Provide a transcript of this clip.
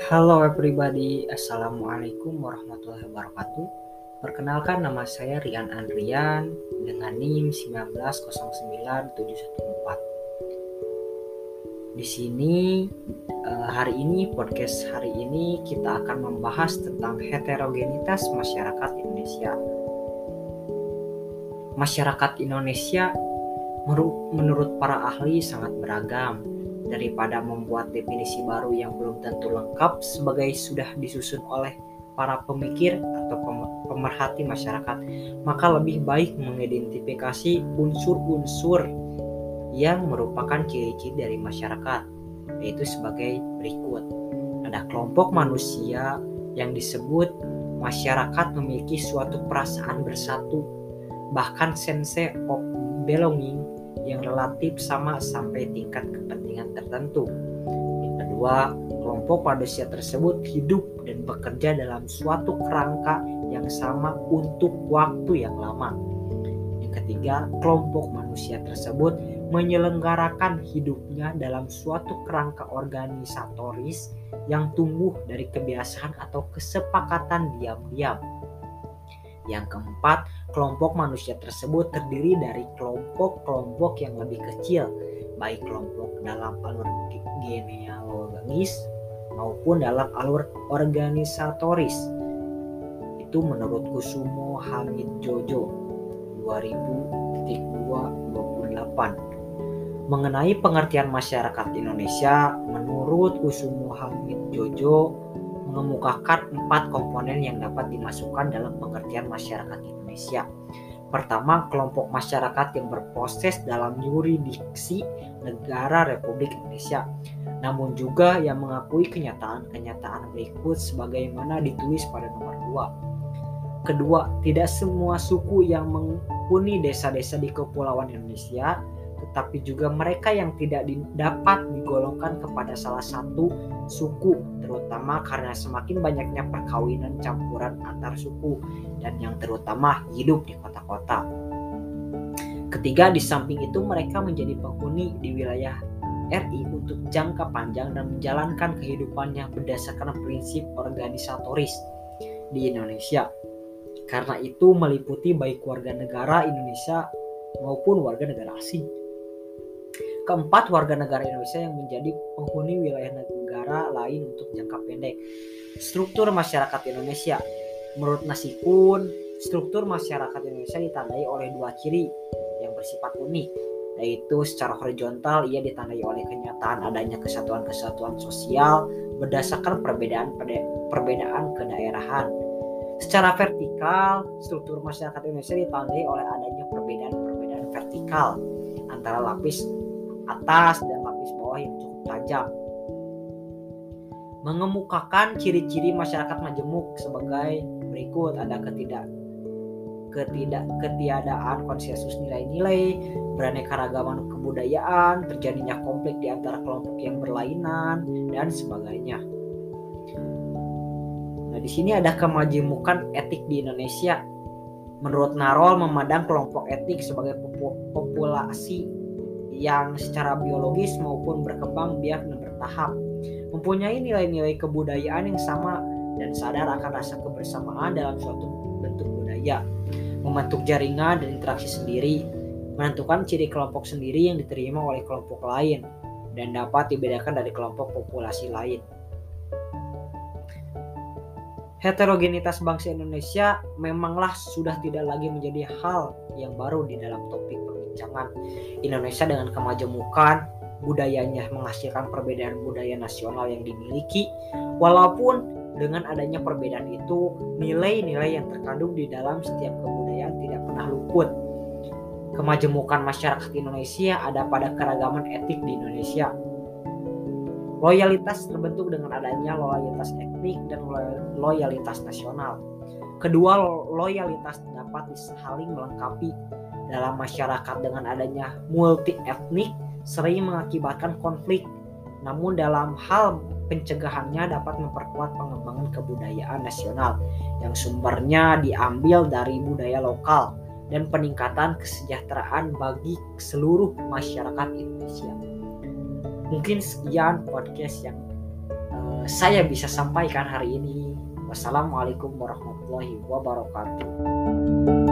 Halo everybody, Assalamualaikum warahmatullahi wabarakatuh. Perkenalkan, nama saya Rian Andrian dengan NIM 1909714. Di sini podcast hari ini kita akan membahas tentang heterogenitas masyarakat Indonesia. Masyarakat Indonesia menurut para ahli sangat beragam. Daripada membuat definisi baru yang belum tentu lengkap sebagai sudah disusun oleh para pemikir atau pemerhati masyarakat, maka lebih baik mengidentifikasi unsur-unsur yang merupakan ciri-ciri dari masyarakat, yaitu sebagai berikut. Ada kelompok manusia yang disebut masyarakat memiliki suatu perasaan bersatu, bahkan sense of belonging yang relatif sama sampai tingkat kepentingan tertentu. Yang kedua, kelompok manusia tersebut hidup dan bekerja dalam suatu kerangka yang sama untuk waktu yang lama. Yang ketiga, kelompok manusia tersebut menyelenggarakan hidupnya dalam suatu kerangka organisatoris yang tumbuh dari kebiasaan atau kesepakatan diam-diam. Yang keempat, kelompok manusia tersebut terdiri dari kelompok-kelompok yang lebih kecil, baik kelompok dalam alur genealogis maupun dalam alur organisatoris. Itu menurut Kusumo Hamid Jojo 2000.228. Mengenai pengertian masyarakat Indonesia, menurut Kusumo Hamid Jojo mengemukakan 4 komponen yang dapat dimasukkan dalam pengertian masyarakat Indonesia. Pertama, kelompok masyarakat yang berproses dalam yurisdiksi negara Republik Indonesia, namun juga yang mengakui kenyataan-kenyataan berikut sebagaimana ditulis pada nomor 2. Kedua, tidak semua suku yang menghuni desa-desa di Kepulauan Indonesia, tetapi juga mereka yang tidak dapat digolongkan kepada salah satu suku, terutama karena semakin banyaknya perkawinan campuran antar suku dan yang terutama hidup di kota-kota. Ketiga, di samping itu mereka menjadi penghuni di wilayah RI untuk jangka panjang dan menjalankan kehidupannya berdasarkan prinsip organisatoris di Indonesia. Karena itu meliputi baik warga negara Indonesia maupun warga negara asing. Keempat, warga negara Indonesia yang menjadi penghuni wilayah negara lain untuk jangka pendek. Struktur masyarakat Indonesia. Menurut Nasikun, struktur masyarakat Indonesia ditandai oleh 2 ciri yang bersifat unik, yaitu secara horizontal ia ditandai oleh kenyataan adanya kesatuan-kesatuan sosial berdasarkan perbedaan kedaerahan. Secara vertikal, struktur masyarakat Indonesia ditandai oleh adanya perbedaan vertikal antara lapis atas dan lapis bawah yang cukup tajam. Mengemukakan ciri-ciri masyarakat majemuk sebagai berikut: ada ketiadaan konsensus nilai-nilai, beraneka-ragaman kebudayaan, terjadinya konflik di antara kelompok yang berlainan, dan sebagainya. Nah, di sini ada kemajemukan etik di Indonesia. Menurut Narol, memandang kelompok etik sebagai populasi yang secara biologis maupun berkembang biak dan bertahap, mempunyai nilai-nilai kebudayaan yang sama dan sadar akan rasa kebersamaan dalam suatu bentuk budaya, membentuk jaringan dan interaksi sendiri, menentukan ciri kelompok sendiri yang diterima oleh kelompok lain dan dapat dibedakan dari kelompok populasi lain. Heterogenitas bangsa Indonesia memanglah sudah tidak lagi menjadi hal yang baru di dalam topik perbincangan. Indonesia dengan kemajemukan budayanya menghasilkan perbedaan budaya nasional yang dimiliki, walaupun dengan adanya perbedaan itu, nilai-nilai yang terkandung di dalam setiap kebudayaan tidak pernah luput. Kemajemukan masyarakat Indonesia ada pada keragaman etik di Indonesia. Loyalitas terbentuk dengan adanya loyalitas etnik dan loyalitas nasional. Kedua loyalitas dapat saling melengkapi. Dalam masyarakat dengan adanya multi etnik sering mengakibatkan konflik, namun dalam hal pencegahannya dapat memperkuat pengembangan kebudayaan nasional yang sumbernya diambil dari budaya lokal dan peningkatan kesejahteraan bagi seluruh masyarakat Indonesia. Mungkin sekian podcast yang saya bisa sampaikan hari ini. Wassalamualaikum warahmatullahi wabarakatuh.